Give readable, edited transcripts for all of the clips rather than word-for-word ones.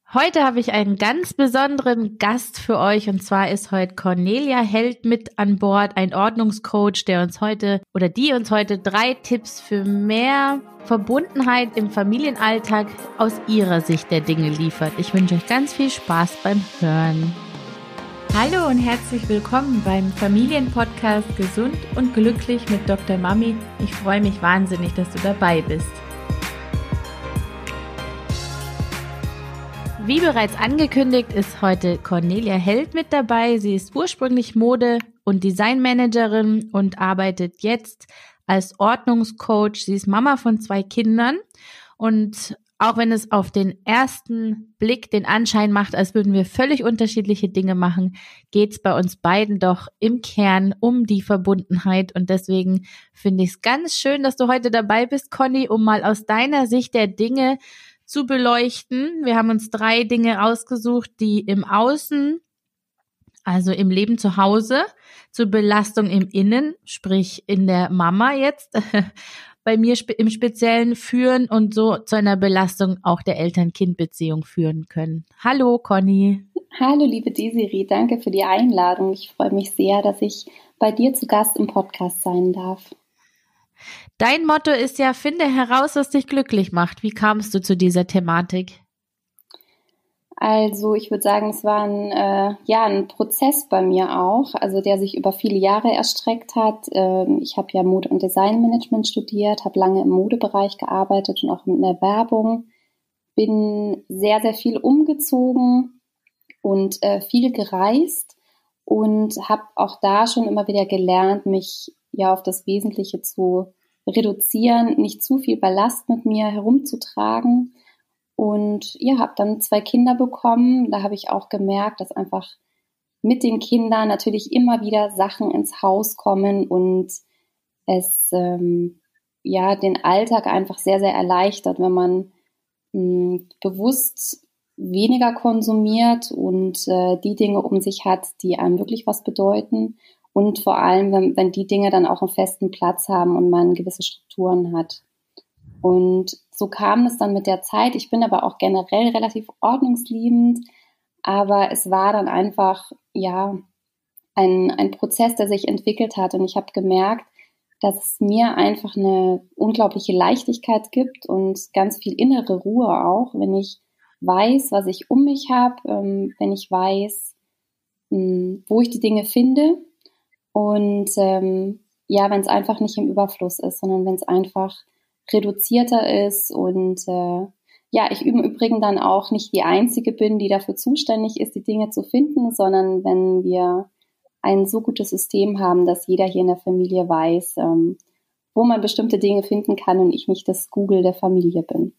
Heute habe ich einen ganz besonderen Gast für euch und zwar ist heute Cornelia Held mit an Bord, ein Ordnungscoach, die uns heute 3 Tipps für mehr Verbundenheit im Familienalltag aus ihrer Sicht der Dinge liefert. Ich wünsche euch ganz viel Spaß beim Hören. Hallo und herzlich willkommen beim Familienpodcast Gesund und Glücklich mit Dr. Mami. Ich freue mich wahnsinnig, dass du dabei bist. Wie bereits angekündigt, ist heute Cornelia Held mit dabei. Sie ist ursprünglich Mode- und Designmanagerin und arbeitet jetzt als Ordnungscoach. Sie ist Mama von 2 Kindern und auch wenn es auf den ersten Blick den Anschein macht, als würden wir völlig unterschiedliche Dinge machen, geht es bei uns beiden doch im Kern um die Verbundenheit und deswegen finde ich es ganz schön, dass du heute dabei bist, Conny, um mal aus deiner Sicht der Dinge zu beleuchten. Wir haben uns 3 Dinge ausgesucht, die im Außen, also im Leben zu Hause, zur Belastung im Innen, sprich in der Mama jetzt, bei mir im Speziellen führen und so zu einer Belastung auch der Eltern-Kind-Beziehung führen können. Hallo Conny. Hallo liebe Desiree, danke für die Einladung. Ich freue mich sehr, dass ich bei dir zu Gast im Podcast sein darf. Dein Motto ist ja, finde heraus, was dich glücklich macht. Wie kamst du zu dieser Thematik? Also ich würde sagen, es war ein Prozess bei mir auch, also der sich über viele Jahre erstreckt hat. Ich habe ja Mode- und Designmanagement studiert, habe lange im Modebereich gearbeitet und auch in der Werbung. Bin sehr, sehr viel umgezogen und viel gereist und habe auch da schon immer wieder gelernt, mich ja auf das Wesentliche zu reduzieren, nicht zu viel Ballast mit mir herumzutragen. Und ja, habe dann 2 Kinder bekommen. Da habe ich auch gemerkt, dass einfach mit den Kindern natürlich immer wieder Sachen ins Haus kommen und es den Alltag einfach sehr, sehr erleichtert, wenn man bewusst weniger konsumiert und die Dinge um sich hat, die einem wirklich was bedeuten. Und vor allem, wenn die Dinge dann auch einen festen Platz haben und man gewisse Strukturen hat. Und so kam es dann mit der Zeit. Ich bin aber auch generell relativ ordnungsliebend. Aber es war dann einfach, ja, ein Prozess, der sich entwickelt hat. Und ich habe gemerkt, dass es mir einfach eine unglaubliche Leichtigkeit gibt und ganz viel innere Ruhe auch, wenn ich weiß, was ich um mich habe, wenn ich weiß, wo ich die Dinge finde. Und wenn es einfach nicht im Überfluss ist, sondern wenn es einfach reduzierter ist und ich im Übrigen dann auch nicht die Einzige bin, die dafür zuständig ist, die Dinge zu finden, sondern wenn wir ein so gutes System haben, dass jeder hier in der Familie weiß, wo man bestimmte Dinge finden kann und ich nicht das Google der Familie bin.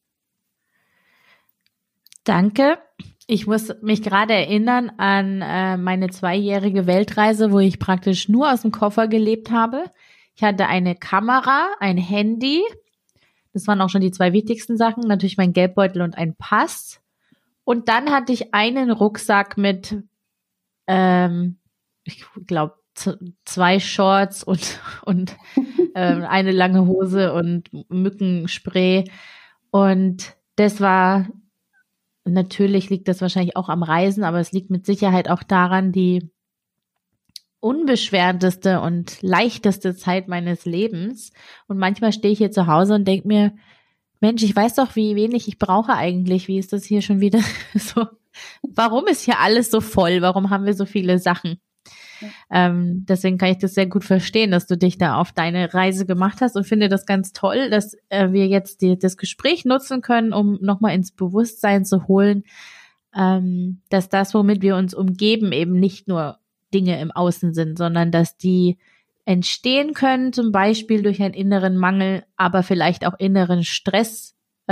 Danke. Ich muss mich gerade erinnern an meine 2-jährige Weltreise, wo ich praktisch nur aus dem Koffer gelebt habe. Ich hatte eine Kamera, ein Handy. Das waren auch schon die 2 wichtigsten Sachen. Natürlich mein Geldbeutel und ein Pass. Und dann hatte ich einen Rucksack mit, ich glaube, 2 Shorts und eine lange Hose und Mückenspray. Und das war... Natürlich liegt das wahrscheinlich auch am Reisen, aber es liegt mit Sicherheit auch daran, die unbeschwerteste und leichteste Zeit meines Lebens. Und manchmal stehe ich hier zu Hause und denke mir, Mensch, ich weiß doch, wie wenig ich brauche eigentlich. Wie ist das hier schon wieder so? Warum ist hier alles so voll? Warum haben wir so viele Sachen? Deswegen kann ich das sehr gut verstehen, dass du dich da auf deine Reise gemacht hast und finde das ganz toll, dass wir jetzt das Gespräch nutzen können, um nochmal ins Bewusstsein zu holen, dass das, womit wir uns umgeben, eben nicht nur Dinge im Außen sind, sondern dass die entstehen können, zum Beispiel durch einen inneren Mangel, aber vielleicht auch inneren Stress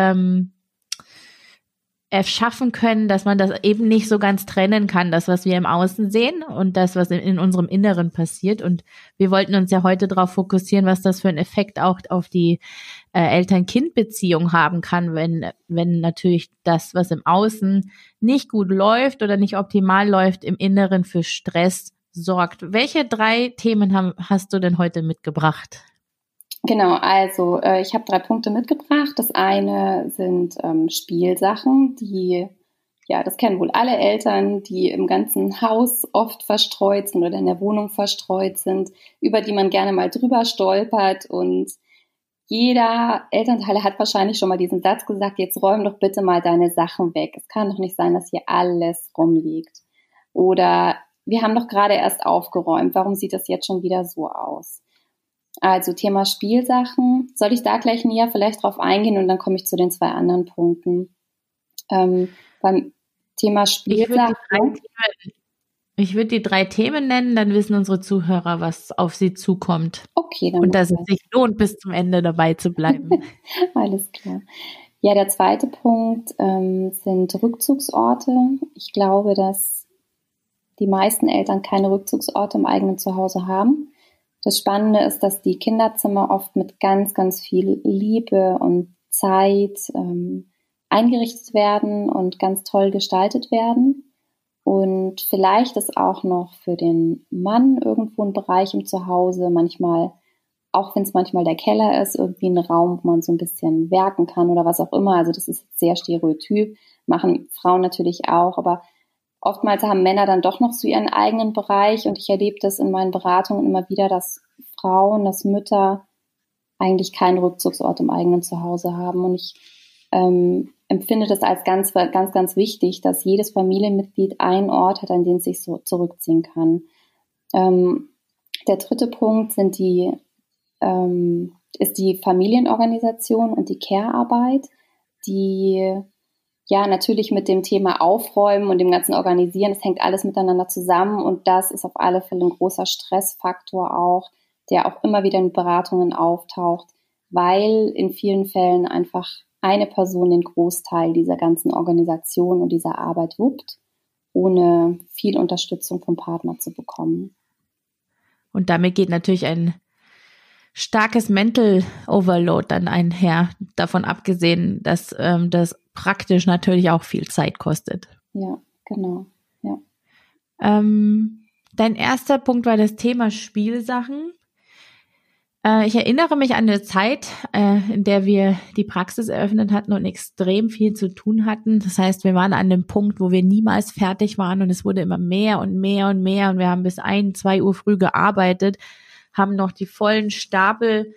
erschaffen können, dass man das eben nicht so ganz trennen kann, das, was wir im Außen sehen und das, was in unserem Inneren passiert. Und wir wollten uns ja heute darauf fokussieren, was das für einen Effekt auch auf die Eltern-Kind-Beziehung haben kann, wenn natürlich das, was im Außen nicht gut läuft oder nicht optimal läuft, im Inneren für Stress sorgt. Welche 3 Themen hast du denn heute mitgebracht? Genau, also ich habe 3 Punkte mitgebracht. Das eine sind Spielsachen, die ja, das kennen wohl alle Eltern, die im ganzen Haus oft verstreut sind oder in der Wohnung verstreut sind, über die man gerne mal drüber stolpert. Und jeder Elternteil hat wahrscheinlich schon mal diesen Satz gesagt, jetzt räum doch bitte mal deine Sachen weg. Es kann doch nicht sein, dass hier alles rumliegt. Oder wir haben doch gerade erst aufgeräumt, warum sieht das jetzt schon wieder so aus? Also Thema Spielsachen. Soll ich da gleich näher vielleicht drauf eingehen und dann komme ich zu den 2 anderen Punkten. Beim Thema Spielsachen. Ich würde die 3 Themen nennen, dann wissen unsere Zuhörer, was auf sie zukommt. Okay, dann. Und dass es sich lohnt, bis zum Ende dabei zu bleiben. Alles klar. Ja, der zweite Punkt sind Rückzugsorte. Ich glaube, dass die meisten Eltern keine Rückzugsorte im eigenen Zuhause haben. Das Spannende ist, dass die Kinderzimmer oft mit ganz, ganz viel Liebe und Zeit eingerichtet werden und ganz toll gestaltet werden. Und vielleicht ist auch noch für den Mann irgendwo ein Bereich im Zuhause, manchmal, auch wenn es manchmal der Keller ist, irgendwie ein Raum, wo man so ein bisschen werken kann oder was auch immer. Also das ist sehr stereotyp, machen Frauen natürlich auch, aber oftmals haben Männer dann doch noch so ihren eigenen Bereich und ich erlebe das in meinen Beratungen immer wieder, dass Frauen, dass Mütter eigentlich keinen Rückzugsort im eigenen Zuhause haben. Und ich empfinde das als ganz, ganz, ganz wichtig, dass jedes Familienmitglied einen Ort hat, an den es sich so zurückziehen kann. Der dritte Punkt ist die Familienorganisation und die Care-Arbeit, die ja natürlich mit dem Thema Aufräumen und dem ganzen Organisieren, das hängt alles miteinander zusammen und das ist auf alle Fälle ein großer Stressfaktor auch, der auch immer wieder in Beratungen auftaucht, weil in vielen Fällen einfach eine Person den Großteil dieser ganzen Organisation und dieser Arbeit wuppt, ohne viel Unterstützung vom Partner zu bekommen. Und damit geht natürlich ein starkes Mental Overload dann einher, davon abgesehen, dass das praktisch natürlich auch viel Zeit kostet. Ja, genau. Ja. Dein erster Punkt war das Thema Spielsachen. Ich erinnere mich an eine Zeit, in der wir die Praxis eröffnet hatten und extrem viel zu tun hatten. Das heißt, wir waren an dem Punkt, wo wir niemals fertig waren und es wurde immer mehr und mehr und mehr und wir haben bis 1, 2 Uhr früh gearbeitet, haben noch die vollen Stapel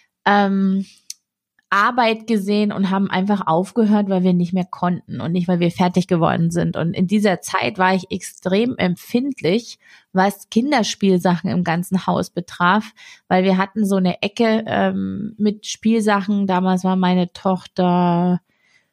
Arbeit gesehen und haben einfach aufgehört, weil wir nicht mehr konnten und nicht, weil wir fertig geworden sind. Und in dieser Zeit war ich extrem empfindlich, was Kinderspielsachen im ganzen Haus betraf, weil wir hatten so eine Ecke mit Spielsachen. Damals war meine Tochter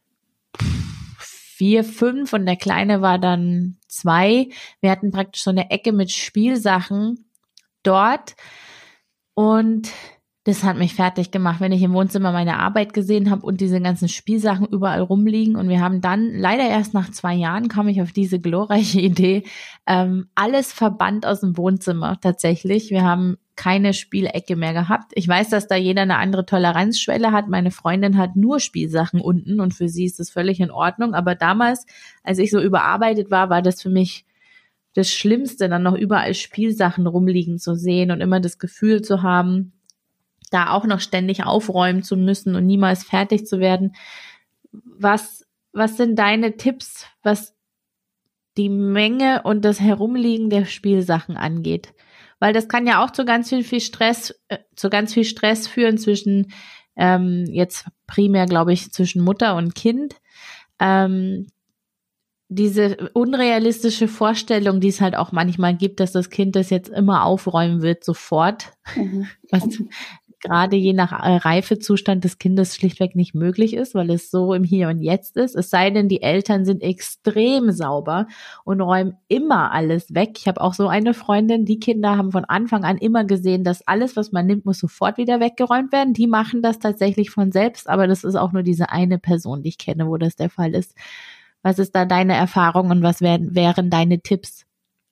4, 5 und der Kleine war dann 2. Wir hatten praktisch so eine Ecke mit Spielsachen dort und das hat mich fertig gemacht, wenn ich im Wohnzimmer meine Arbeit gesehen habe und diese ganzen Spielsachen überall rumliegen. Und wir haben dann, leider erst nach 2 Jahren, kam ich auf diese glorreiche Idee, alles verbannt aus dem Wohnzimmer tatsächlich. Wir haben keine Spielecke mehr gehabt. Ich weiß, dass da jeder eine andere Toleranzschwelle hat. Meine Freundin hat nur Spielsachen unten und für sie ist das völlig in Ordnung. Aber damals, als ich so überarbeitet war, war das für mich das Schlimmste, dann noch überall Spielsachen rumliegen zu sehen und immer das Gefühl zu haben, da auch noch ständig aufräumen zu müssen und niemals fertig zu werden. Was sind deine Tipps, was die Menge und das Herumliegen der Spielsachen angeht? Weil das kann ja auch zu ganz viel Stress führen zwischen, jetzt primär, glaube ich, zwischen Mutter und Kind. Diese unrealistische Vorstellung, die es halt auch manchmal gibt, dass das Kind das jetzt immer aufräumen wird, sofort. Was gerade je nach Reifezustand des Kindes schlichtweg nicht möglich ist, weil es so im Hier und Jetzt ist. Es sei denn, die Eltern sind extrem sauber und räumen immer alles weg. Ich habe auch so eine Freundin, die Kinder haben von Anfang an immer gesehen, dass alles, was man nimmt, muss sofort wieder weggeräumt werden. Die machen das tatsächlich von selbst, aber das ist auch nur diese eine Person, die ich kenne, wo das der Fall ist. Was ist da deine Erfahrung und was wären deine Tipps?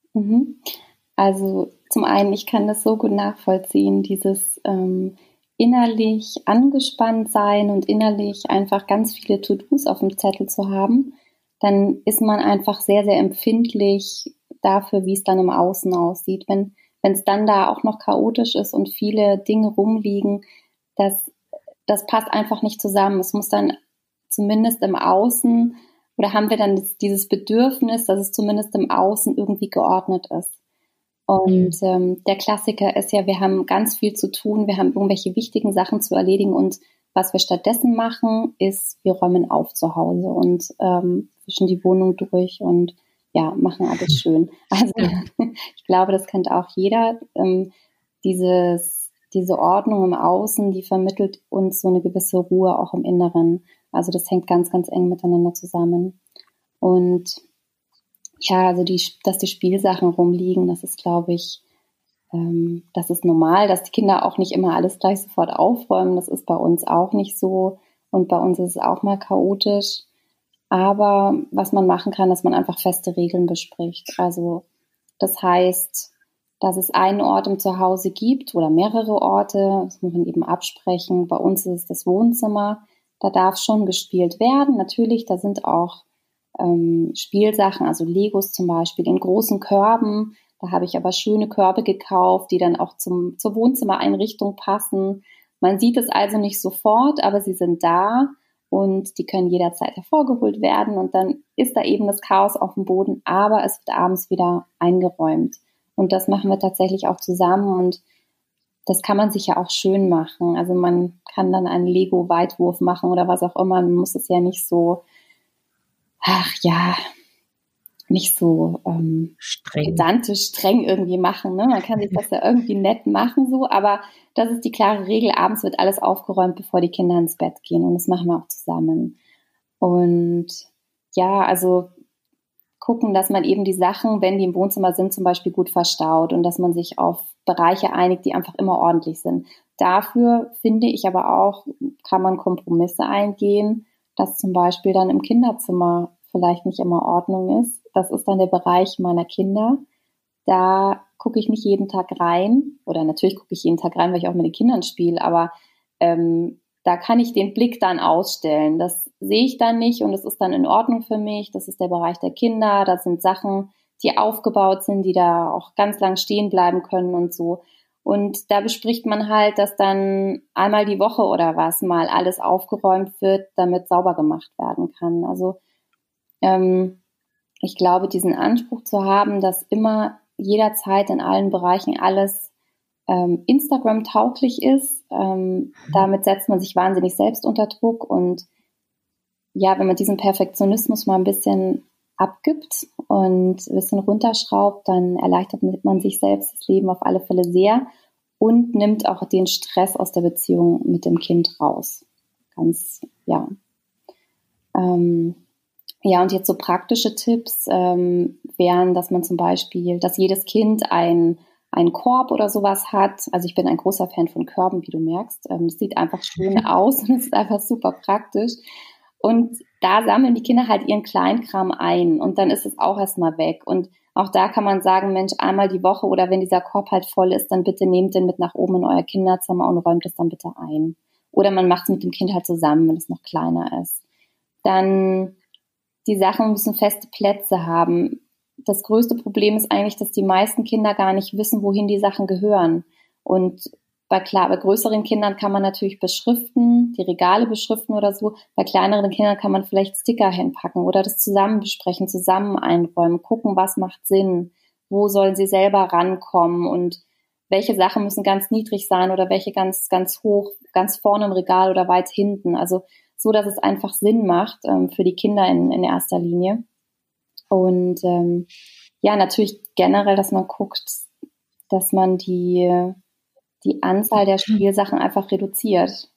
Also zum einen, ich kann das so gut nachvollziehen, dieses innerlich angespannt sein und innerlich einfach ganz viele To-Dos auf dem Zettel zu haben, dann ist man einfach sehr, sehr empfindlich dafür, wie es dann im Außen aussieht. Wenn es dann da auch noch chaotisch ist und viele Dinge rumliegen, das passt einfach nicht zusammen. Es muss dann zumindest im Außen oder haben wir dann dieses Bedürfnis, dass es zumindest im Außen irgendwie geordnet ist. Und der Klassiker ist ja, wir haben ganz viel zu tun, wir haben irgendwelche wichtigen Sachen zu erledigen und was wir stattdessen machen, ist, wir räumen auf zu Hause und wischen die Wohnung durch und ja, machen alles schön. Also ich glaube, das kennt auch jeder. Diese Ordnung im Außen, die vermittelt uns so eine gewisse Ruhe auch im Inneren. Also das hängt ganz, ganz eng miteinander zusammen. Und ja, also dass die Spielsachen rumliegen, das ist, glaube ich, das ist normal, dass die Kinder auch nicht immer alles gleich sofort aufräumen. Das ist bei uns auch nicht so. Und bei uns ist es auch mal chaotisch. Aber was man machen kann, dass man einfach feste Regeln bespricht. Also das heißt, dass es einen Ort im Zuhause gibt oder mehrere Orte. Das muss man eben absprechen. Bei uns ist es das Wohnzimmer. Da darf schon gespielt werden. Natürlich, da sind auch Spielsachen, also Legos zum Beispiel, in großen Körben. Da habe ich aber schöne Körbe gekauft, die dann auch zur Wohnzimmereinrichtung passen. Man sieht es also nicht sofort, aber sie sind da und die können jederzeit hervorgeholt werden. Und dann ist da eben das Chaos auf dem Boden, aber es wird abends wieder eingeräumt. Und das machen wir tatsächlich auch zusammen und das kann man sich ja auch schön machen. Also man kann dann einen Lego-Weitwurf machen oder was auch immer. Man muss es ja nicht so nicht so pedantisch streng irgendwie machen. Ne? Man kann sich das ja irgendwie nett machen, so, aber das ist die klare Regel. Abends wird alles aufgeräumt, bevor die Kinder ins Bett gehen. Und das machen wir auch zusammen. Und ja, also gucken, dass man eben die Sachen, wenn die im Wohnzimmer sind, zum Beispiel gut verstaut und dass man sich auf Bereiche einigt, die einfach immer ordentlich sind. Dafür finde ich aber auch, kann man Kompromisse eingehen, dass zum Beispiel dann im Kinderzimmer vielleicht nicht immer Ordnung ist. Das ist dann der Bereich meiner Kinder. Da gucke ich nicht jeden Tag rein. Oder natürlich gucke ich jeden Tag rein, weil ich auch mit den Kindern spiele. Aber da kann ich den Blick dann ausstellen. Das sehe ich dann nicht und es ist dann in Ordnung für mich. Das ist der Bereich der Kinder. Da sind Sachen, die aufgebaut sind, die da auch ganz lang stehen bleiben können und so. Und da bespricht man halt, dass dann einmal die Woche oder was mal alles aufgeräumt wird, damit sauber gemacht werden kann. Also ich glaube, diesen Anspruch zu haben, dass immer jederzeit in allen Bereichen alles Instagram-tauglich ist, damit setzt man sich wahnsinnig selbst unter Druck. Und ja, wenn man diesen Perfektionismus mal ein bisschen abgibt und ein bisschen runterschraubt, dann erleichtert man sich selbst das Leben auf alle Fälle sehr und nimmt auch den Stress aus der Beziehung mit dem Kind raus. Ganz, ja. Ja, und jetzt so praktische Tipps wären, dass man zum Beispiel, dass jedes Kind einen Korb oder sowas hat. Also ich bin ein großer Fan von Körben, wie du merkst. Es sieht einfach schön aus und es ist einfach super praktisch. Und da sammeln die Kinder halt ihren Kleinkram ein und dann ist es auch erstmal weg. Und auch da kann man sagen, Mensch, einmal die Woche oder wenn dieser Korb halt voll ist, dann bitte nehmt den mit nach oben in euer Kinderzimmer und räumt es dann bitte ein. Oder man macht es mit dem Kind halt zusammen, wenn es noch kleiner ist. Dann die Sachen müssen feste Plätze haben. Das größte Problem ist eigentlich, dass die meisten Kinder gar nicht wissen, wohin die Sachen gehören. Und bei größeren Kindern kann man natürlich beschriften, die Regale beschriften oder so. Bei kleineren Kindern kann man vielleicht Sticker hinpacken oder das zusammen besprechen, zusammen einräumen, gucken, was macht Sinn, wo sollen sie selber rankommen und welche Sachen müssen ganz niedrig sein oder welche ganz, ganz hoch, ganz vorne im Regal oder weit hinten. Also so, dass es einfach Sinn macht für die Kinder in erster Linie. Und ja, natürlich generell, dass man guckt, dass man die Anzahl der Spielsachen einfach reduziert.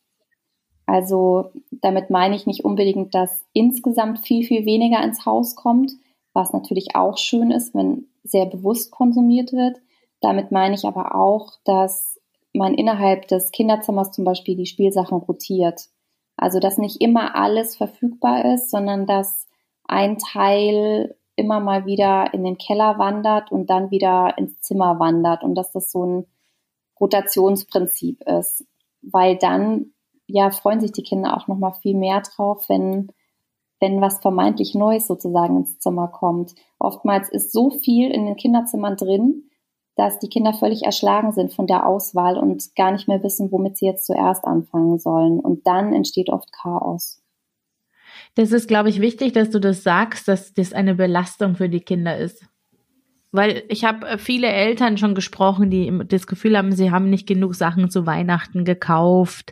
Also damit meine ich nicht unbedingt, dass insgesamt viel, viel weniger ins Haus kommt, was natürlich auch schön ist, wenn sehr bewusst konsumiert wird. Damit meine ich aber auch, dass man innerhalb des Kinderzimmers zum Beispiel die Spielsachen rotiert. Also dass nicht immer alles verfügbar ist, sondern dass ein Teil immer mal wieder in den Keller wandert und dann wieder ins Zimmer wandert und dass das so ein Rotationsprinzip ist, weil dann ja freuen sich die Kinder auch noch mal viel mehr drauf, wenn was vermeintlich Neues sozusagen ins Zimmer kommt. Oftmals ist so viel in den Kinderzimmern drin, dass die Kinder völlig erschlagen sind von der Auswahl und gar nicht mehr wissen, womit sie jetzt zuerst anfangen sollen. Und dann entsteht oft Chaos. Das ist, glaube ich, wichtig, dass du das sagst, dass das eine Belastung für die Kinder ist. Weil ich habe viele Eltern schon gesprochen, die das Gefühl haben, sie haben nicht genug Sachen zu Weihnachten gekauft.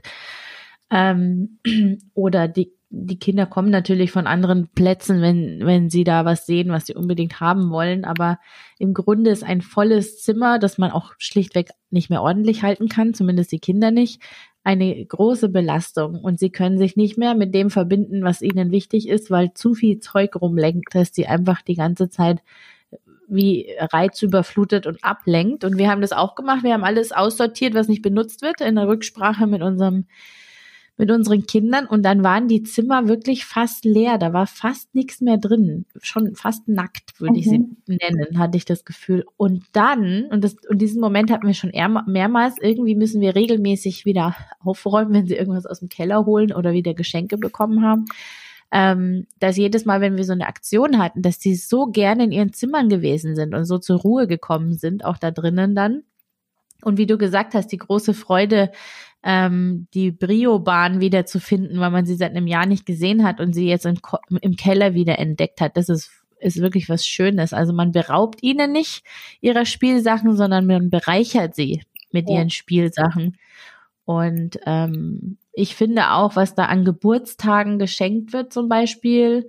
Oder die Kinder kommen natürlich von anderen Plätzen, wenn sie da was sehen, was sie unbedingt haben wollen. Aber im Grunde ist ein volles Zimmer, das man auch schlichtweg nicht mehr ordentlich halten kann, zumindest die Kinder nicht, eine große Belastung. Und sie können sich nicht mehr mit dem verbinden, was ihnen wichtig ist, weil zu viel Zeug rumlenkt, dass sie einfach die ganze Zeit wie reizüberflutet und ablenkt. Und wir haben das auch gemacht. Wir haben alles aussortiert, was nicht benutzt wird, in der Rücksprache mit unseren Kindern. Und dann waren die Zimmer wirklich fast leer. Da war fast nichts mehr drin. Schon fast nackt, würde ich sie nennen, hatte ich das Gefühl. Und dann, und diesen Moment hatten wir schon mehrmals, irgendwie müssen wir regelmäßig wieder aufräumen, wenn sie irgendwas aus dem Keller holen oder wieder Geschenke bekommen haben. Dass jedes Mal, wenn wir so eine Aktion hatten, dass die so gerne in ihren Zimmern gewesen sind und so zur Ruhe gekommen sind, auch da drinnen dann. Und wie du gesagt hast, die große Freude, die Brio-Bahn wieder zu finden, weil man sie seit einem Jahr nicht gesehen hat und sie jetzt im Keller wieder entdeckt hat, das ist wirklich was Schönes. Also man beraubt ihnen nicht ihrer Spielsachen, sondern man bereichert sie mit ihren Spielsachen. Und ich finde auch, was da an Geburtstagen geschenkt wird zum Beispiel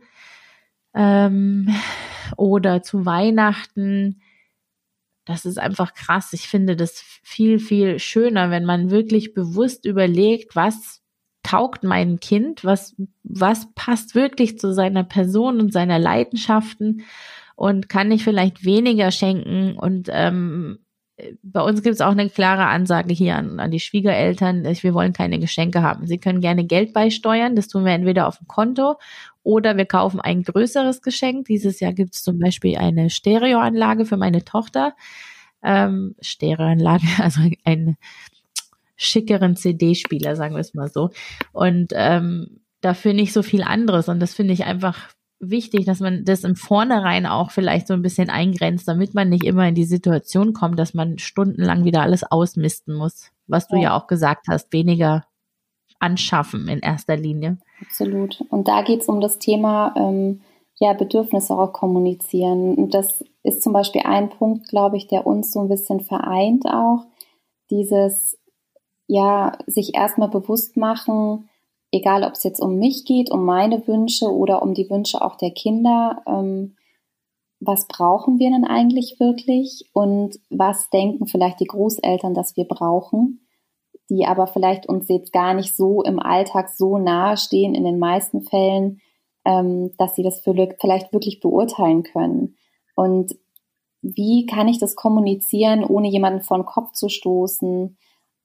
oder zu Weihnachten, das ist einfach krass. Ich finde das viel, viel schöner, wenn man wirklich bewusst überlegt, was taugt meinem Kind, was passt wirklich zu seiner Person und seiner Leidenschaften und kann ich vielleicht weniger schenken. Und bei uns gibt es auch eine klare Ansage hier an die Schwiegereltern, wir wollen keine Geschenke haben. Sie können gerne Geld beisteuern, das tun wir entweder auf dem Konto oder wir kaufen ein größeres Geschenk. Dieses Jahr gibt es zum Beispiel eine Stereoanlage für meine Tochter. Stereoanlage, also einen schickeren CD-Spieler, sagen wir es mal so. Und dafür nicht so viel anderes. Und das finde ich einfach wichtig, dass man das im Vornherein auch vielleicht so ein bisschen eingrenzt, damit man nicht immer in die Situation kommt, dass man stundenlang wieder alles ausmisten muss. Was du ja auch gesagt hast, weniger anschaffen in erster Linie. Absolut. Und da geht es um das Thema Bedürfnisse auch kommunizieren. Und das ist zum Beispiel ein Punkt, glaube ich, der uns so ein bisschen vereint auch. Dieses, sich erstmal bewusst machen, egal ob es jetzt um mich geht, um meine Wünsche oder um die Wünsche auch der Kinder, was brauchen wir denn eigentlich wirklich und was denken vielleicht die Großeltern, dass wir brauchen, die aber vielleicht uns jetzt gar nicht so im Alltag so nahe stehen in den meisten Fällen, dass sie das vielleicht wirklich beurteilen können. Und wie kann ich das kommunizieren, ohne jemanden vor den Kopf zu stoßen?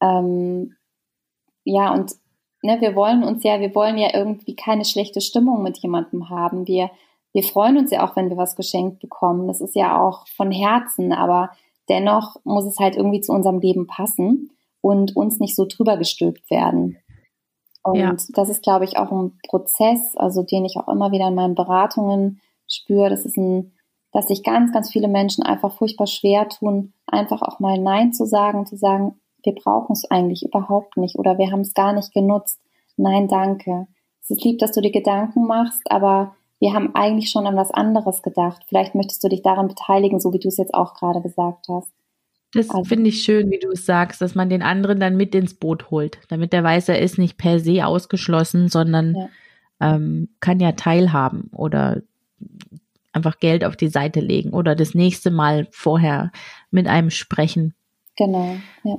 Wir wollen ja irgendwie keine schlechte Stimmung mit jemandem haben. Wir freuen uns ja auch, wenn wir was geschenkt bekommen. Das ist ja auch von Herzen, aber dennoch muss es halt irgendwie zu unserem Leben passen und uns nicht so drüber gestülpt werden. Und das ist, glaube ich, auch ein Prozess, also den ich auch immer wieder in meinen Beratungen spüre. Dass sich ganz, ganz viele Menschen einfach furchtbar schwer tun, einfach auch mal Nein zu sagen, wir brauchen es eigentlich überhaupt nicht oder wir haben es gar nicht genutzt. Nein, danke. Es ist lieb, dass du dir Gedanken machst, aber wir haben eigentlich schon an was anderes gedacht. Vielleicht möchtest du dich daran beteiligen, so wie du es jetzt auch gerade gesagt hast. Das finde ich schön, wie du es sagst, dass man den anderen dann mit ins Boot holt, damit der weiß, er ist nicht per se ausgeschlossen, sondern kann ja teilhaben oder einfach Geld auf die Seite legen oder das nächste Mal vorher mit einem sprechen. Genau. Ja.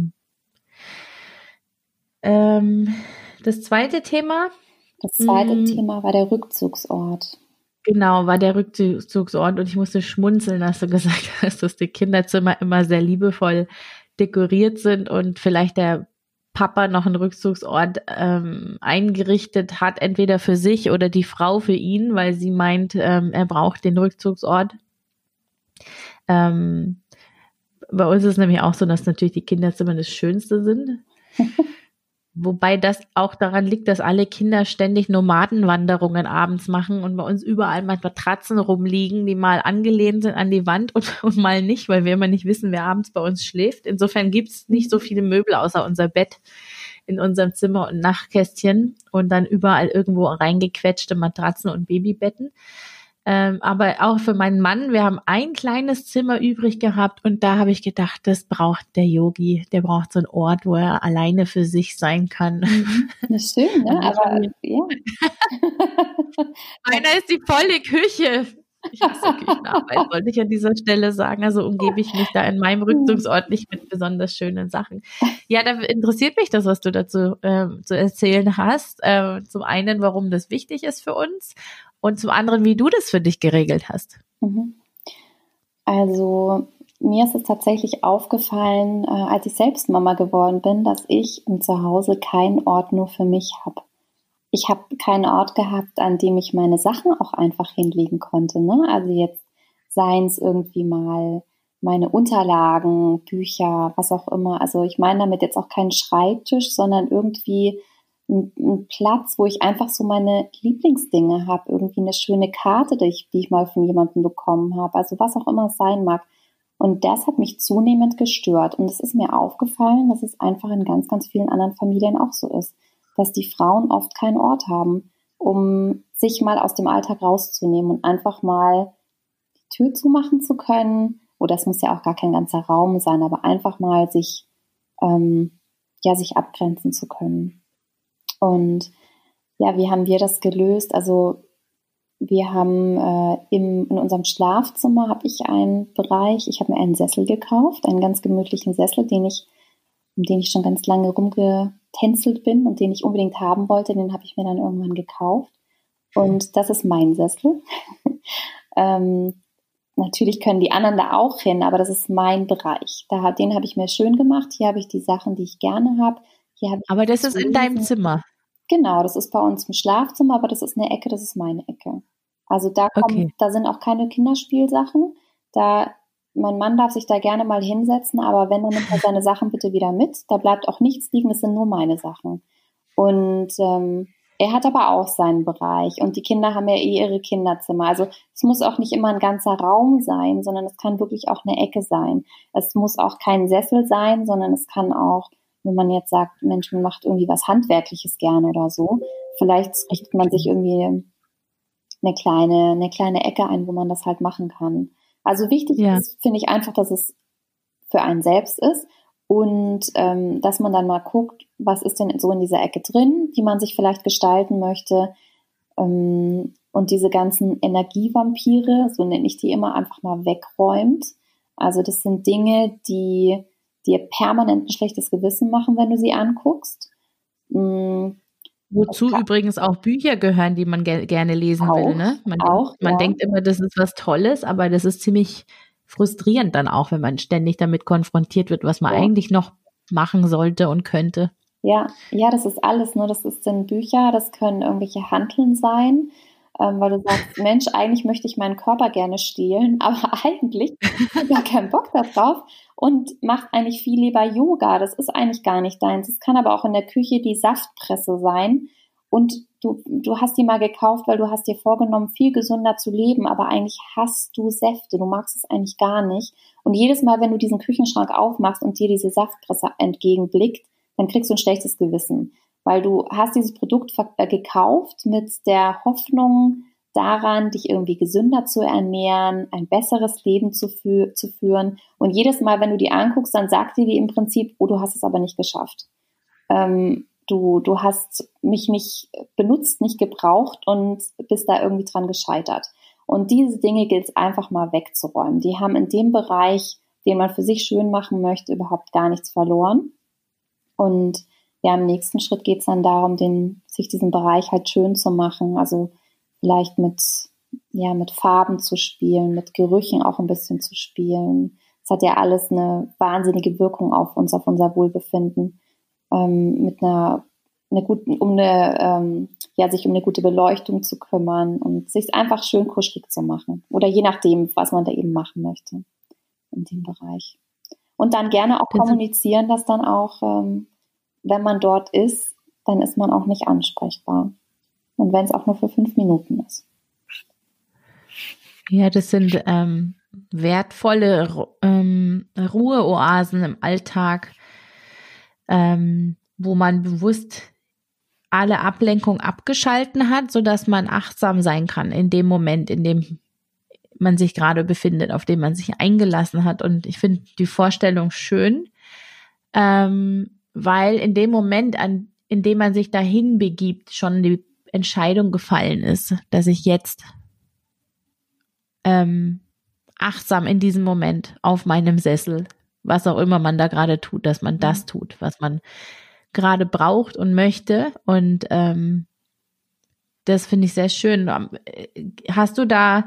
Das zweite Thema? Das zweite Thema war der Rückzugsort. Genau, war der Rückzugsort und ich musste schmunzeln, als du gesagt hast, dass die Kinderzimmer immer sehr liebevoll dekoriert sind und vielleicht der Papa noch einen Rückzugsort eingerichtet hat, entweder für sich oder die Frau für ihn, weil sie meint, er braucht den Rückzugsort. Bei uns ist es nämlich auch so, dass natürlich die Kinderzimmer das Schönste sind. Wobei das auch daran liegt, dass alle Kinder ständig Nomadenwanderungen abends machen und bei uns überall Matratzen rumliegen, die mal angelehnt sind an die Wand und mal nicht, weil wir immer nicht wissen, wer abends bei uns schläft. Insofern gibt's nicht so viele Möbel außer unser Bett in unserem Zimmer und Nachtkästchen und dann überall irgendwo reingequetschte Matratzen und Babybetten. Aber auch für meinen Mann, wir haben ein kleines Zimmer übrig gehabt und da habe ich gedacht, das braucht der Yogi. Der braucht so einen Ort, wo er alleine für sich sein kann. Das ist schön, ne? Aber ja. Meiner ist die volle Küche. Ich hasse Küchenarbeit, wollte ich an dieser Stelle sagen. Also umgebe ich mich da in meinem Rückzugsort nicht mit besonders schönen Sachen. Ja, da interessiert mich das, was du dazu zu erzählen hast. Zum einen, warum das wichtig ist für uns und zum anderen, wie du das für dich geregelt hast. Also mir ist es tatsächlich aufgefallen, als ich selbst Mama geworden bin, dass ich im Zuhause keinen Ort nur für mich habe. Ich habe keinen Ort gehabt, an dem ich meine Sachen auch einfach hinlegen konnte, ne? Also jetzt seien es irgendwie mal meine Unterlagen, Bücher, was auch immer. Also ich meine damit jetzt auch keinen Schreibtisch, sondern irgendwie ein Platz, wo ich einfach so meine Lieblingsdinge habe. Irgendwie eine schöne Karte, die ich mal von jemandem bekommen habe. Also was auch immer es sein mag. Und das hat mich zunehmend gestört. Und es ist mir aufgefallen, dass es einfach in ganz, ganz vielen anderen Familien auch so ist, dass die Frauen oft keinen Ort haben, um sich mal aus dem Alltag rauszunehmen und einfach mal die Tür zumachen zu können. Oder es muss ja auch gar kein ganzer Raum sein, aber einfach mal sich abgrenzen zu können. Und ja, wie haben wir das gelöst? Also wir haben in unserem Schlafzimmer habe ich einen Bereich, ich habe mir einen Sessel gekauft, einen ganz gemütlichen Sessel, um den ich schon ganz lange rumgetänzelt bin und den ich unbedingt haben wollte, den habe ich mir dann irgendwann gekauft. Und das ist mein Sessel. Natürlich können die anderen da auch hin, aber das ist mein Bereich. Den habe ich mir schön gemacht. Hier habe ich die Sachen, die ich gerne habe. Aber das ist in deinem Zimmer? Genau, das ist bei uns im Schlafzimmer, aber das ist eine Ecke, das ist meine Ecke. Also da sind auch keine Kinderspielsachen. Mein Mann darf sich da gerne mal hinsetzen, aber wenn, dann nimmt er seine Sachen bitte wieder mit. Da bleibt auch nichts liegen, das sind nur meine Sachen. Und er hat aber auch seinen Bereich und die Kinder haben ja ihre Kinderzimmer. Also es muss auch nicht immer ein ganzer Raum sein, sondern es kann wirklich auch eine Ecke sein. Es muss auch kein Sessel sein, sondern es kann auch, wenn man jetzt sagt, Mensch, man macht irgendwie was Handwerkliches gerne oder so, vielleicht richtet man sich irgendwie eine kleine Ecke ein, wo man das halt machen kann. Also wichtig ist, finde ich einfach, dass es für einen selbst ist und dass man dann mal guckt, was ist denn so in dieser Ecke drin, die man sich vielleicht gestalten möchte, und diese ganzen Energievampire, so nenne ich die immer, einfach mal wegräumt. Also das sind Dinge, die dir permanent ein schlechtes Gewissen machen, wenn du sie anguckst. Wozu übrigens auch Bücher gehören, die man gerne lesen will. Ne? Man denkt immer, das ist was Tolles, aber das ist ziemlich frustrierend dann auch, wenn man ständig damit konfrontiert wird, was man eigentlich noch machen sollte und könnte. Ja, das ist alles. Ne? Das sind Bücher, das können irgendwelche Hanteln sein, weil du sagst, Mensch, eigentlich möchte ich meinen Körper gerne stehlen, aber eigentlich habe ich gar keinen Bock darauf und machst eigentlich viel lieber Yoga. Das ist eigentlich gar nicht deins. Es kann aber auch in der Küche die Saftpresse sein und du hast die mal gekauft, weil du hast dir vorgenommen, viel gesünder zu leben, aber eigentlich hasst du Säfte. Du magst es eigentlich gar nicht. Und jedes Mal, wenn du diesen Küchenschrank aufmachst und dir diese Saftpresse entgegenblickt, dann kriegst du ein schlechtes Gewissen. Weil du hast dieses Produkt gekauft mit der Hoffnung daran, dich irgendwie gesünder zu ernähren, ein besseres Leben zu führen. Und jedes Mal, wenn du die anguckst, dann sagt die im Prinzip, oh, du hast es aber nicht geschafft. Du hast mich nicht benutzt, nicht gebraucht und bist da irgendwie dran gescheitert. Und diese Dinge gilt es einfach mal wegzuräumen. Die haben in dem Bereich, den man für sich schön machen möchte, überhaupt gar nichts verloren. Und ja, im nächsten Schritt geht es dann darum, sich diesen Bereich halt schön zu machen. Also vielleicht mit Farben zu spielen, mit Gerüchen auch ein bisschen zu spielen. Das hat ja alles eine wahnsinnige Wirkung auf uns, auf unser Wohlbefinden. Sich um eine gute Beleuchtung zu kümmern und sich einfach schön kuschelig zu machen. Oder je nachdem, was man da eben machen möchte in dem Bereich. Und dann gerne auch kommunizieren, dass dann auch, wenn man dort ist, dann ist man auch nicht ansprechbar. Und wenn es auch nur für 5 Minuten ist. Ja, das sind wertvolle Ruheoasen im Alltag, wo man bewusst alle Ablenkung abgeschalten hat, sodass man achtsam sein kann in dem Moment, in dem man sich gerade befindet, auf dem man sich eingelassen hat. Und ich finde die Vorstellung schön, weil in dem Moment, in dem man sich dahin begibt, schon die Entscheidung gefallen ist, dass ich jetzt achtsam in diesem Moment auf meinem Sessel, was auch immer man da gerade tut, dass man das tut, was man gerade braucht und möchte. Und das finde ich sehr schön. Hast du da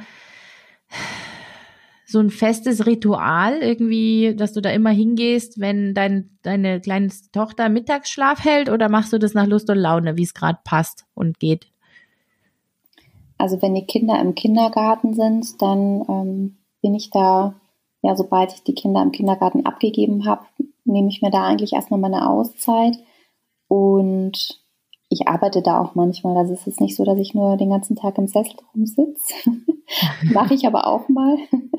so ein festes Ritual irgendwie, dass du da immer hingehst, wenn deine kleine Tochter Mittagsschlaf hält, oder machst du das nach Lust und Laune, wie es gerade passt und geht? Also wenn die Kinder im Kindergarten sind, dann bin ich da, ja, sobald ich die Kinder im Kindergarten abgegeben habe, nehme ich mir da eigentlich erstmal meine Auszeit. Und ich arbeite da auch manchmal. Also es ist nicht so, dass ich nur den ganzen Tag im Sessel rumsitze. Mache ich aber auch mal.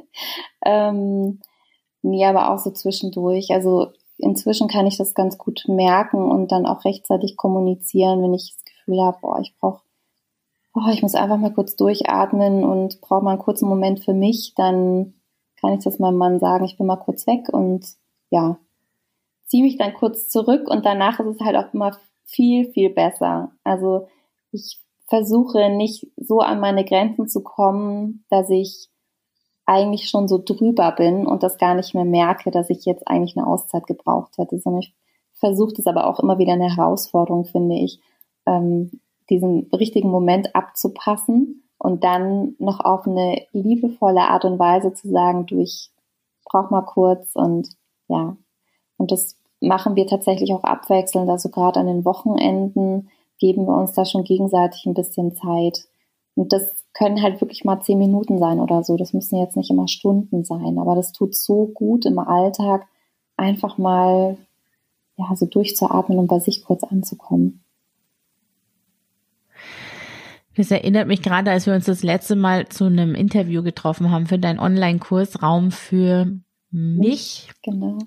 Nee, aber auch so zwischendurch. Also inzwischen kann ich das ganz gut merken und dann auch rechtzeitig kommunizieren, wenn ich das Gefühl habe, ich muss einfach mal kurz durchatmen und brauche mal einen kurzen Moment für mich. Dann kann ich das meinem Mann sagen, ich bin mal kurz weg und ja, ziehe mich dann kurz zurück und danach ist es halt auch immer viel, viel besser. Also ich versuche nicht so an meine Grenzen zu kommen, dass ich eigentlich schon so drüber bin und das gar nicht mehr merke, dass ich jetzt eigentlich eine Auszeit gebraucht hätte, sondern ich versuche das aber auch immer wieder eine Herausforderung, finde ich, diesen richtigen Moment abzupassen und dann noch auf eine liebevolle Art und Weise zu sagen, ich brauche mal kurz und ja, und das machen wir tatsächlich auch abwechselnd, also gerade an den Wochenenden geben wir uns da schon gegenseitig ein bisschen Zeit. Und das können halt wirklich mal 10 Minuten sein oder so. Das müssen jetzt nicht immer Stunden sein, aber das tut so gut im Alltag, einfach mal ja so durchzuatmen und bei sich kurz anzukommen. Das erinnert mich gerade, als wir uns das letzte Mal zu einem Interview getroffen haben für deinen Online-Kurs Raum für mich. Genau.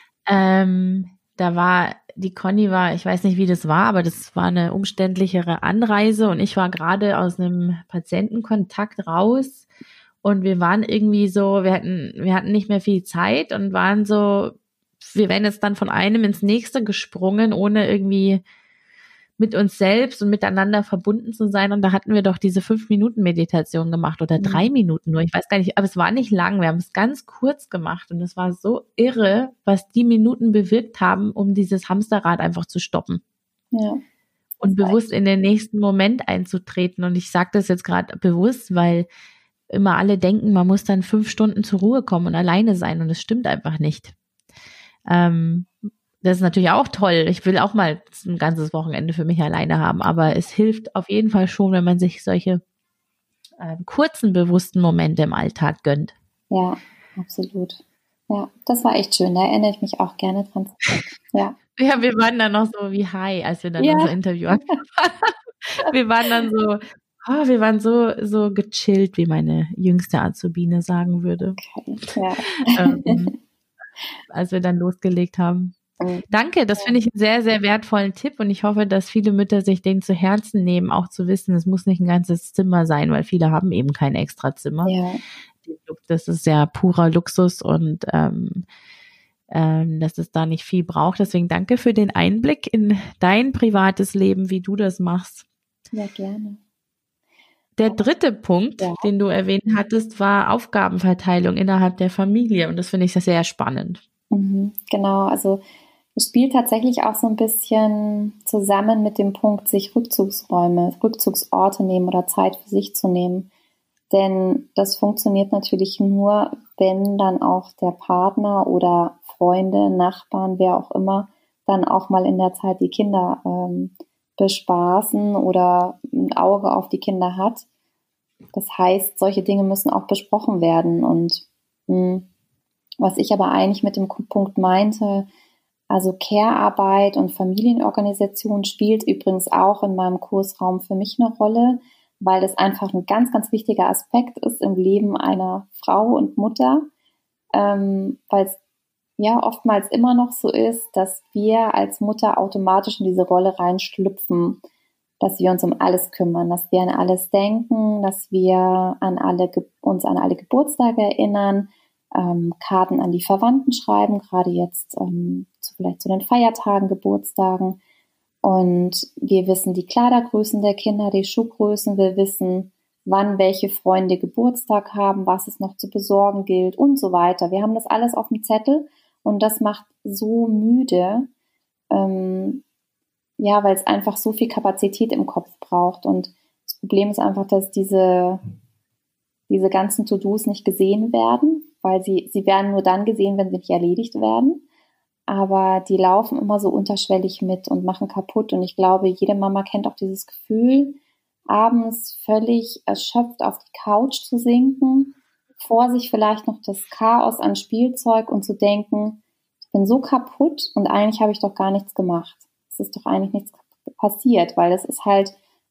Da war die Conny ich weiß nicht, wie das war, aber das war eine umständlichere Anreise und ich war gerade aus einem Patientenkontakt raus und wir waren irgendwie so, wir hatten nicht mehr viel Zeit und waren so, wir wären jetzt dann von einem ins nächste gesprungen, ohne irgendwie mit uns selbst und miteinander verbunden zu sein. Und da hatten wir doch diese 5-Minuten-Meditation gemacht oder 3 Minuten nur. Ich weiß gar nicht, aber es war nicht lang. Wir haben es ganz kurz gemacht und es war so irre, was die Minuten bewirkt haben, um dieses Hamsterrad einfach zu stoppen. Ja. Und bewusst in den nächsten Moment einzutreten. Und ich sage das jetzt gerade bewusst, weil immer alle denken, man muss dann 5 Stunden zur Ruhe kommen und alleine sein. Und das stimmt einfach nicht. Das ist natürlich auch toll. Ich will auch mal ein ganzes Wochenende für mich alleine haben, aber es hilft auf jeden Fall schon, wenn man sich solche kurzen, bewussten Momente im Alltag gönnt. Ja, absolut. Ja, das war echt schön. Da erinnere ich mich auch gerne dran zurück. Ja. Ja, wir waren dann noch so wie high, als wir dann unser Interview angefangen haben. Wir waren dann so, wir waren so gechillt, wie meine jüngste Azubine sagen würde. Okay, ja. Als wir dann losgelegt haben. Danke, das finde ich einen sehr, sehr wertvollen Tipp und ich hoffe, dass viele Mütter sich den zu Herzen nehmen, auch zu wissen, es muss nicht ein ganzes Zimmer sein, weil viele haben eben kein extra Zimmer. Ja. Das ist ja purer Luxus und dass es da nicht viel braucht. Deswegen danke für den Einblick in dein privates Leben, wie du das machst. Ja, gerne. Der dritte Punkt, den du erwähnt hattest, war Aufgabenverteilung innerhalb der Familie und das finde ich sehr spannend. Genau, also es spielt tatsächlich auch so ein bisschen zusammen mit dem Punkt, sich Rückzugsorte nehmen oder Zeit für sich zu nehmen. Denn das funktioniert natürlich nur, wenn dann auch der Partner oder Freunde, Nachbarn, wer auch immer, dann auch mal in der Zeit die Kinder bespaßen oder ein Auge auf die Kinder hat. Das heißt, solche Dinge müssen auch besprochen werden. Und was ich aber eigentlich mit dem Punkt meinte, also Care-Arbeit und Familienorganisation spielt übrigens auch in meinem Kursraum für mich eine Rolle, weil das einfach ein ganz, ganz wichtiger Aspekt ist im Leben einer Frau und Mutter, weil es ja oftmals immer noch so ist, dass wir als Mutter automatisch in diese Rolle reinschlüpfen, dass wir uns um alles kümmern, dass wir an alles denken, dass wir uns an alle Geburtstage erinnern, Karten an die Verwandten schreiben, gerade jetzt vielleicht zu den Feiertagen, Geburtstagen. Und wir wissen die Kleidergrößen der Kinder, die Schuhgrößen, wir wissen, wann welche Freunde Geburtstag haben, was es noch zu besorgen gilt und so weiter. Wir haben das alles auf dem Zettel und das macht so müde, ja, weil es einfach so viel Kapazität im Kopf braucht. Und das Problem ist einfach, dass diese ganzen To-Dos nicht gesehen werden, weil sie werden nur dann gesehen, wenn sie nicht erledigt werden. Aber die laufen immer so unterschwellig mit und machen kaputt. Und ich glaube, jede Mama kennt auch dieses Gefühl, abends völlig erschöpft auf die Couch zu sinken, vor sich vielleicht noch das Chaos an Spielzeug und zu denken, ich bin so kaputt und eigentlich habe ich doch gar nichts gemacht. Es ist doch eigentlich nichts passiert, weil es ist halt,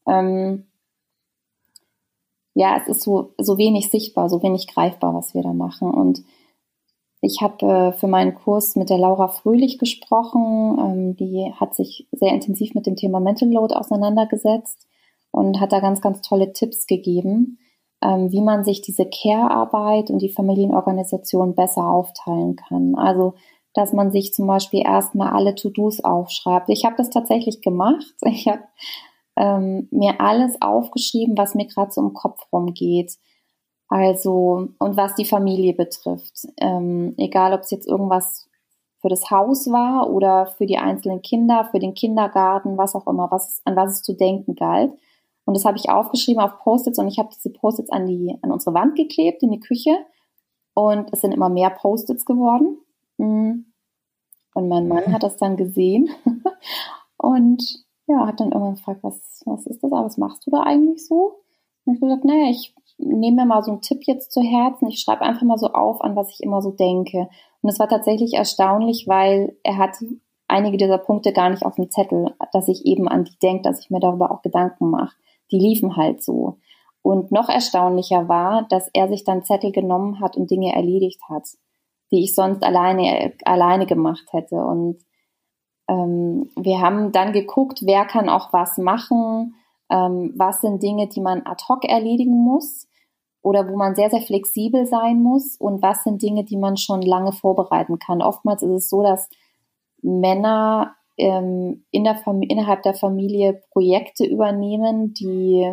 ja, es ist so wenig sichtbar, so wenig greifbar, was wir da machen. Und ich habe für meinen Kurs mit der Laura Fröhlich gesprochen. Die hat sich sehr intensiv mit dem Thema Mental Load auseinandergesetzt und hat da ganz, ganz tolle Tipps gegeben, wie man sich diese Care-Arbeit und die Familienorganisation besser aufteilen kann. Also, dass man sich zum Beispiel erstmal alle To-Dos aufschreibt. Ich habe das tatsächlich gemacht. Ich habe mir alles aufgeschrieben, was mir gerade so im Kopf rumgeht. Also, und was die Familie betrifft. Egal, ob es jetzt irgendwas für das Haus war oder für die einzelnen Kinder, für den Kindergarten, was auch immer, an was es zu denken galt. Und das habe ich aufgeschrieben auf Post-its und ich habe diese Post-its an unsere Wand geklebt, in die Küche. Und es sind immer mehr Post-its geworden. Und mein Mann hat das dann gesehen und ja, hat dann irgendwann gefragt, was ist das, was machst du da eigentlich so? Und ich habe gesagt, naja, ich nehme mir mal so einen Tipp jetzt zu Herzen, ich schreibe einfach mal so auf, an was ich immer so denke. Und es war tatsächlich erstaunlich, weil er hat einige dieser Punkte gar nicht auf dem Zettel, dass ich eben an die denke, dass ich mir darüber auch Gedanken mache. Die liefen halt so. Und noch erstaunlicher war, dass er sich dann Zettel genommen hat und Dinge erledigt hat, die ich sonst alleine gemacht hätte. Und wir haben dann geguckt, wer kann auch was machen, was sind Dinge, die man ad hoc erledigen muss oder wo man sehr, sehr flexibel sein muss und was sind Dinge, die man schon lange vorbereiten kann. Oftmals ist es so, dass Männer innerhalb der Familie Projekte übernehmen, die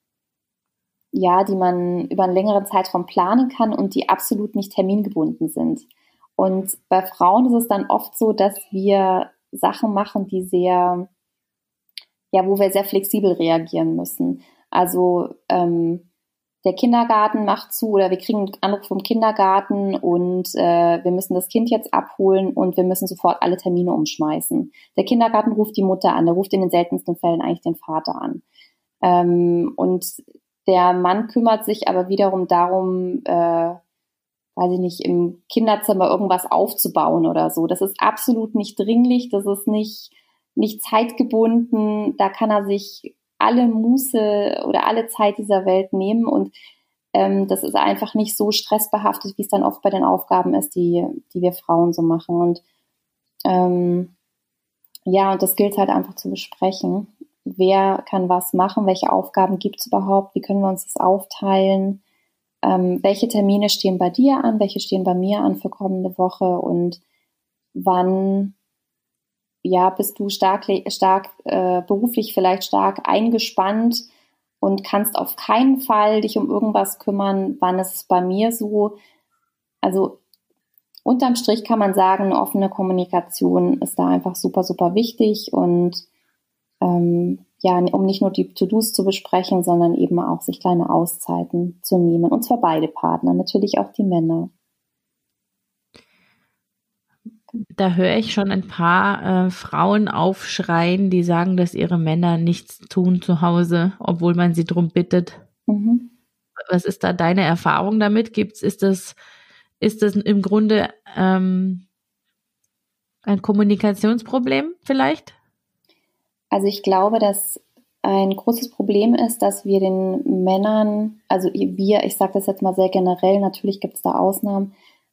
man über einen längeren Zeitraum planen kann und die absolut nicht termingebunden sind. Und bei Frauen ist es dann oft so, dass wir Sachen machen, die wo wir sehr flexibel reagieren müssen. Also der Kindergarten macht zu oder wir kriegen einen Anruf vom Kindergarten und wir müssen das Kind jetzt abholen und wir müssen sofort alle Termine umschmeißen. Der Kindergarten ruft die Mutter an, der ruft in den seltensten Fällen eigentlich den Vater an. Und der Mann kümmert sich aber wiederum darum, weiß ich nicht, im Kinderzimmer irgendwas aufzubauen oder so. Das ist absolut nicht dringlich, das ist nicht zeitgebunden, da kann er sich alle Muße oder alle Zeit dieser Welt nehmen und das ist einfach nicht so stressbehaftet, wie es dann oft bei den Aufgaben ist, die wir Frauen so machen. Und und das gilt halt einfach zu besprechen. Wer kann was machen? Welche Aufgaben gibt es überhaupt? Wie können wir uns das aufteilen? Welche Termine stehen bei dir an? Welche stehen bei mir an für kommende Woche? Und wann bist du stark beruflich vielleicht stark eingespannt und kannst auf keinen Fall dich um irgendwas kümmern? Wann ist es bei mir so? Also unterm Strich kann man sagen, eine offene Kommunikation ist da einfach super, super wichtig und um nicht nur die To-Dos zu besprechen, sondern eben auch sich kleine Auszeiten zu nehmen. Und zwar beide Partner, natürlich auch die Männer. Da höre ich schon ein paar Frauen aufschreien, die sagen, dass ihre Männer nichts tun zu Hause, obwohl man sie drum bittet. Mhm. Was ist da deine Erfahrung damit? Ist das im Grunde ein Kommunikationsproblem vielleicht? Also ich glaube, dass ein großes Problem ist, dass wir den Männern, also ich sage das jetzt mal sehr generell, natürlich gibt es da Ausnahmen,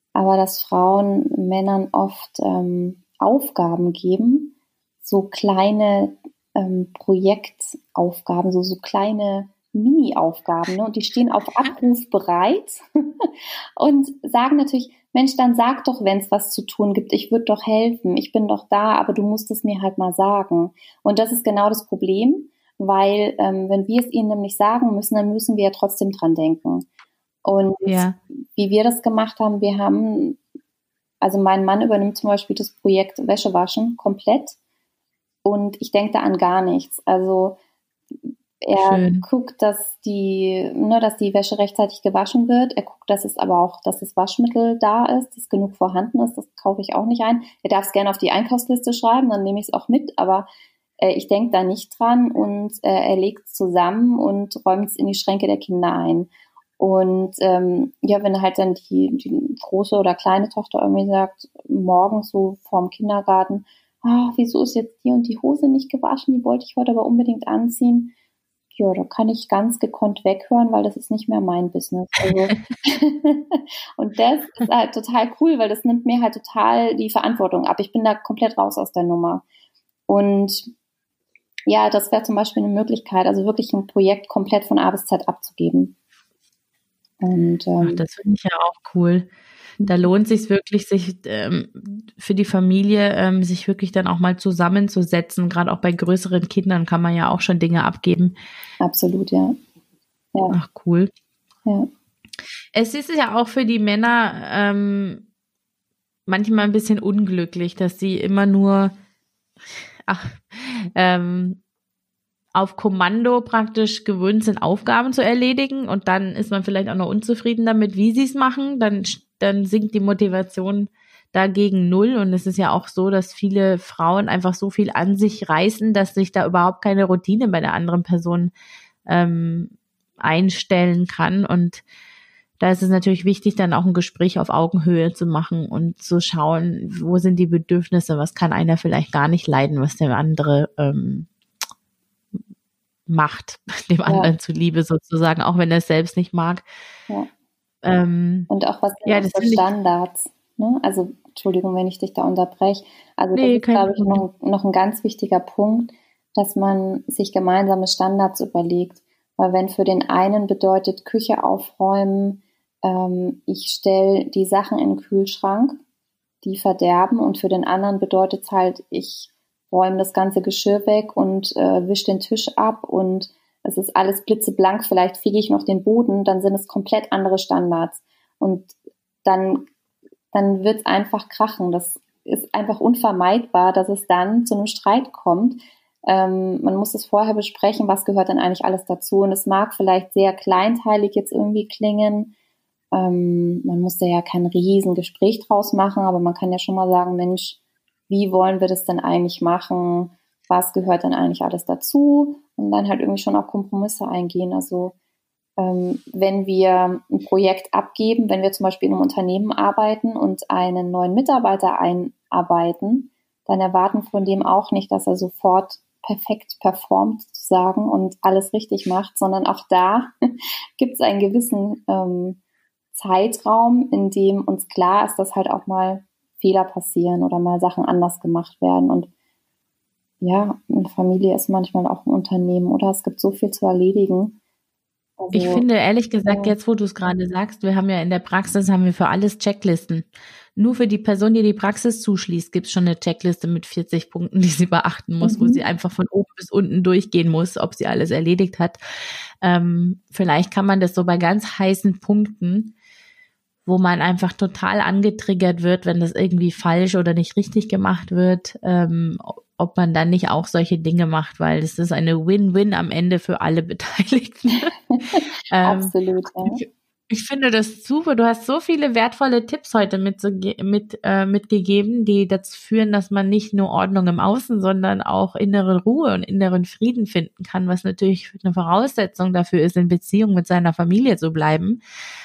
aber dass Frauen Männern oft Aufgaben geben, so kleine Projektaufgaben, so kleine Mini-Aufgaben, ne? Und die stehen auf Abruf bereit und sagen natürlich, Mensch, dann sag doch, wenn es was zu tun gibt, ich würde doch helfen, ich bin doch da, aber du musst es mir halt mal sagen. Und das ist genau das Problem, weil wenn wir es ihnen nämlich sagen müssen, dann müssen wir ja trotzdem dran denken. Und wie wir das gemacht haben, also mein Mann übernimmt zum Beispiel das Projekt Wäschewaschen komplett und ich denke da an gar nichts. Also er guckt, dass die Wäsche rechtzeitig gewaschen wird. Er guckt, dass das Waschmittel da ist, dass genug vorhanden ist. Das kaufe ich auch nicht ein. Er darf es gerne auf die Einkaufsliste schreiben, dann nehme ich es auch mit, aber ich denke da nicht dran und er legt es zusammen und räumt es in die Schränke der Kinder ein. Und wenn halt dann die große oder kleine Tochter irgendwie sagt, morgens so vorm Kindergarten, wieso ist jetzt die und die Hose nicht gewaschen, die wollte ich heute aber unbedingt anziehen. Ja, da kann ich ganz gekonnt weghören, weil das ist nicht mehr mein Business. Also und das ist halt total cool, weil das nimmt mir halt total die Verantwortung ab. Ich bin da komplett raus aus der Nummer. Und ja, das wäre zum Beispiel eine Möglichkeit, also wirklich ein Projekt komplett von A bis Z abzugeben. Und das finde ich ja auch cool. Da lohnt sich wirklich, sich für die Familie sich wirklich dann auch mal zusammenzusetzen. Gerade auch bei größeren Kindern kann man ja auch schon Dinge abgeben. Absolut, ja. Ach, cool. Ja. Es ist ja auch für die Männer manchmal ein bisschen unglücklich, dass sie immer nur auf Kommando praktisch gewöhnt sind, Aufgaben zu erledigen und dann ist man vielleicht auch noch unzufrieden damit, wie sie es machen, dann sinkt die Motivation dagegen null und es ist ja auch so, dass viele Frauen einfach so viel an sich reißen, dass sich da überhaupt keine Routine bei der anderen Person einstellen kann und da ist es natürlich wichtig, dann auch ein Gespräch auf Augenhöhe zu machen und zu schauen, wo sind die Bedürfnisse, was kann einer vielleicht gar nicht leiden, was der andere macht, dem anderen zuliebe sozusagen, auch wenn er es selbst nicht mag. Ja. Und auch was sind unsere Standards? Ne? Also, Entschuldigung, wenn ich dich da unterbreche. Also das ist, glaube ich, noch ein ganz wichtiger Punkt, dass man sich gemeinsame Standards überlegt. Weil wenn für den einen bedeutet Küche aufräumen, ich stelle die Sachen in den Kühlschrank, die verderben und für den anderen bedeutet es halt, ich räume das ganze Geschirr weg und wische den Tisch ab und es ist alles blitzeblank, vielleicht fege ich noch den Boden, dann sind es komplett andere Standards. Und dann wird es einfach krachen. Das ist einfach unvermeidbar, dass es dann zu einem Streit kommt. Man muss es vorher besprechen, was gehört denn eigentlich alles dazu. Und es mag vielleicht sehr kleinteilig jetzt irgendwie klingen. Man muss da ja kein Riesengespräch draus machen, aber man kann ja schon mal sagen, Mensch, wie wollen wir das denn eigentlich machen? Was gehört denn eigentlich alles dazu? Und dann halt irgendwie schon auch Kompromisse eingehen. Also wenn wir ein Projekt abgeben, wenn wir zum Beispiel in einem Unternehmen arbeiten und einen neuen Mitarbeiter einarbeiten, dann erwarten von dem auch nicht, dass er sofort perfekt performt sozusagen und alles richtig macht, sondern auch da gibt es einen gewissen Zeitraum, in dem uns klar ist, dass halt auch mal Fehler passieren oder mal Sachen anders gemacht werden. Und ja, eine Familie ist manchmal auch ein Unternehmen oder es gibt so viel zu erledigen. Also, ich finde, ehrlich gesagt, jetzt wo du es gerade sagst, wir haben ja in der Praxis, haben wir für alles Checklisten. Nur für die Person, die die Praxis zuschließt, gibt es schon eine Checkliste mit 40 Punkten, die sie beachten muss, wo sie einfach von oben bis unten durchgehen muss, ob sie alles erledigt hat. Vielleicht kann man das so bei ganz heißen Punkten, wo man einfach total angetriggert wird, wenn das irgendwie falsch oder nicht richtig gemacht wird, ob man dann nicht auch solche Dinge macht, weil es ist eine Win-Win am Ende für alle Beteiligten. Absolut, ja. Ich finde das super. Du hast so viele wertvolle Tipps heute mitgegeben, die dazu führen, dass man nicht nur Ordnung im Außen, sondern auch innere Ruhe und inneren Frieden finden kann, was natürlich eine Voraussetzung dafür ist, in Beziehung mit seiner Familie zu bleiben.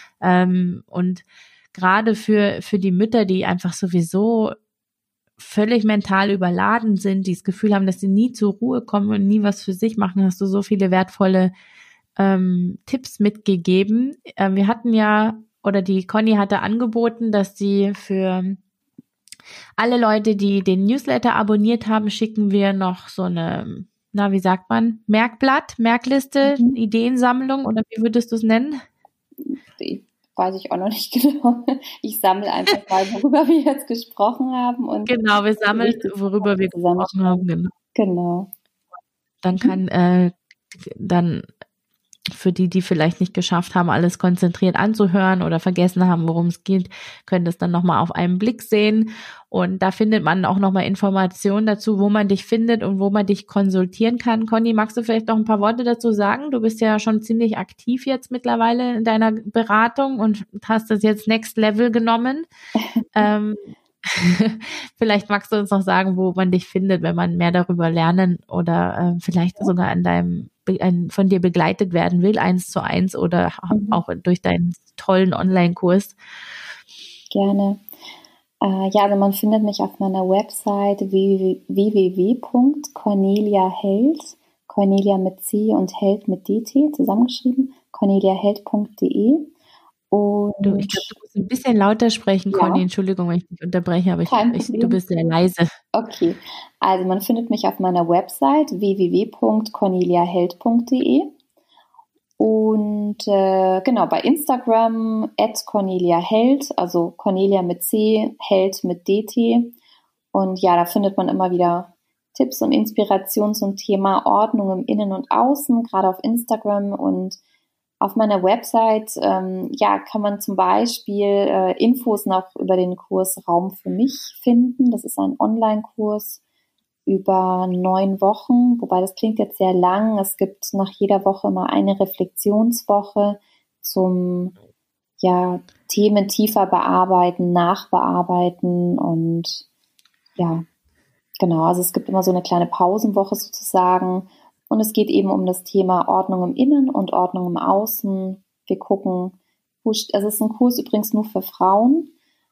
Und gerade für die Mütter, die einfach sowieso völlig mental überladen sind, die das Gefühl haben, dass sie nie zur Ruhe kommen und nie was für sich machen, hast du so viele wertvolle Tipps mitgegeben. Wir hatten ja oder die Conny hatte angeboten, dass sie für alle Leute, die den Newsletter abonniert haben, schicken wir noch so eine, wie sagt man, Merkliste, Ideensammlung, oder wie würdest du es nennen? Weiß ich auch noch nicht genau. Ich sammle einfach mal, worüber wir jetzt gesprochen haben. Und genau, wir sammeln, worüber wir gesprochen haben. Genau. Dann kann dann für die vielleicht nicht geschafft haben, alles konzentriert anzuhören oder vergessen haben, worum es geht, können das dann nochmal auf einen Blick sehen. Und da findet man auch nochmal Informationen dazu, wo man dich findet und wo man dich konsultieren kann. Conny, magst du vielleicht noch ein paar Worte dazu sagen? Du bist ja schon ziemlich aktiv jetzt mittlerweile in deiner Beratung und hast das jetzt Next Level genommen. Vielleicht magst du uns noch sagen, wo man dich findet, wenn man mehr darüber lernen oder vielleicht sogar von dir begleitet werden will, 1:1 oder auch durch deinen tollen Online-Kurs. Gerne. Also man findet mich auf meiner Website www.corneliaheld, Cornelia mit C und Held mit DT zusammengeschrieben, corneliaheld.de. Ich glaube, du musst ein bisschen lauter sprechen, Conny. Ja. Entschuldigung, wenn ich dich unterbreche, aber du bist sehr leise. Okay, also man findet mich auf meiner Website www.corneliaheld.de und genau, bei Instagram @corneliaheld, also Cornelia mit C, Held mit DT. Und ja, da findet man immer wieder Tipps und Inspirationen zum Thema Ordnung im Innen und Außen, gerade auf Instagram. Und auf meiner Website kann man zum Beispiel Infos noch über den Kurs Raum für mich finden. Das ist ein Online-Kurs über 9 Wochen, wobei das klingt jetzt sehr lang. Es gibt nach jeder Woche immer eine Reflexionswoche zum Themen tiefer bearbeiten, nachbearbeiten und genau. Also es gibt immer so eine kleine Pausenwoche sozusagen. Und es geht eben um das Thema Ordnung im Innen und Ordnung im Außen. Wir gucken, es ist ein Kurs übrigens nur für Frauen.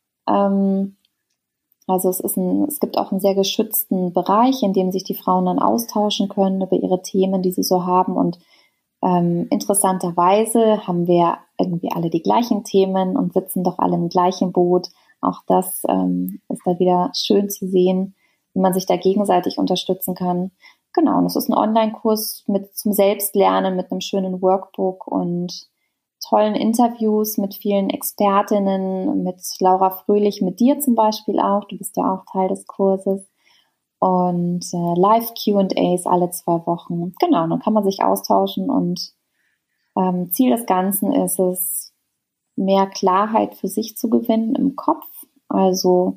Also es gibt auch einen sehr geschützten Bereich, in dem sich die Frauen dann austauschen können über ihre Themen, die sie so haben. Und interessanterweise haben wir irgendwie alle die gleichen Themen und sitzen doch alle im gleichen Boot. Auch das ist da wieder schön zu sehen, wie man sich da gegenseitig unterstützen kann. Genau, und es ist ein Online-Kurs zum Selbstlernen mit einem schönen Workbook und tollen Interviews mit vielen Expertinnen, mit Laura Fröhlich, mit dir zum Beispiel auch. Du bist ja auch Teil des Kurses. Und Live-Q&As alle 2 Wochen. Genau, dann kann man sich austauschen und Ziel des Ganzen ist es, mehr Klarheit für sich zu gewinnen im Kopf. Also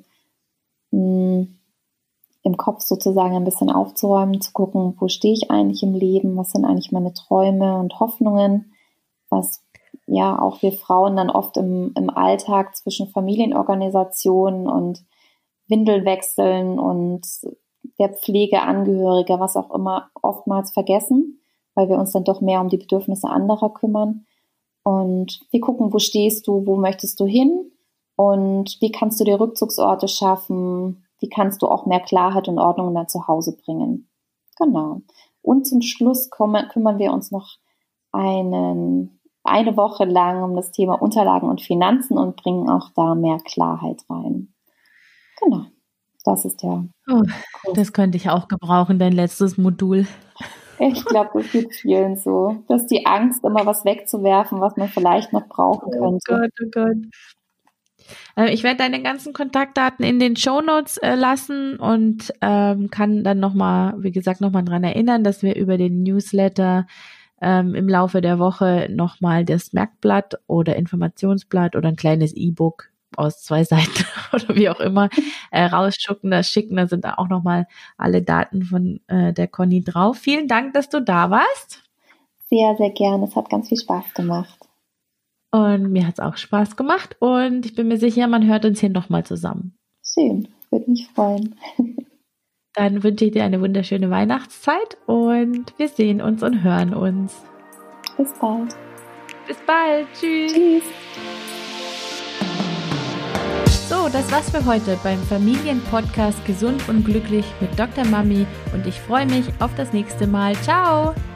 im Kopf sozusagen ein bisschen aufzuräumen, zu gucken, wo stehe ich eigentlich im Leben, was sind eigentlich meine Träume und Hoffnungen, was ja auch wir Frauen dann oft im Alltag zwischen Familienorganisationen und Windelwechseln und der Pflegeangehörige, was auch immer, oftmals vergessen, weil wir uns dann doch mehr um die Bedürfnisse anderer kümmern. Und wir gucken, wo stehst du, wo möchtest du hin und wie kannst du dir Rückzugsorte schaffen, wie kannst du auch mehr Klarheit und Ordnung dann zu Hause bringen. Genau. Und zum Schluss kümmern wir uns noch eine Woche lang um das Thema Unterlagen und Finanzen und bringen auch da mehr Klarheit rein. Genau. Das ist das könnte ich auch gebrauchen, dein letztes Modul. Ich glaube, das geht vielen so. Das ist die Angst, immer was wegzuwerfen, was man vielleicht noch brauchen könnte. Oh Gott. Ich werde deine ganzen Kontaktdaten in den Shownotes lassen und kann dann nochmal dran erinnern, dass wir über den Newsletter im Laufe der Woche nochmal das Merkblatt oder Informationsblatt oder ein kleines E-Book aus 2 Seiten oder wie auch immer rausschicken. Da sind da auch nochmal alle Daten von der Conny drauf. Vielen Dank, dass du da warst. Sehr, sehr gerne. Es hat ganz viel Spaß gemacht. Und mir hat es auch Spaß gemacht und ich bin mir sicher, man hört uns hier nochmal zusammen. Schön, würde mich freuen. Dann wünsche ich dir eine wunderschöne Weihnachtszeit und wir sehen uns und hören uns. Bis bald. Bis bald. Tschüss. Tschüss. So, das war's für heute beim Familienpodcast Gesund und Glücklich mit Dr. Mami und ich freue mich auf das nächste Mal. Ciao!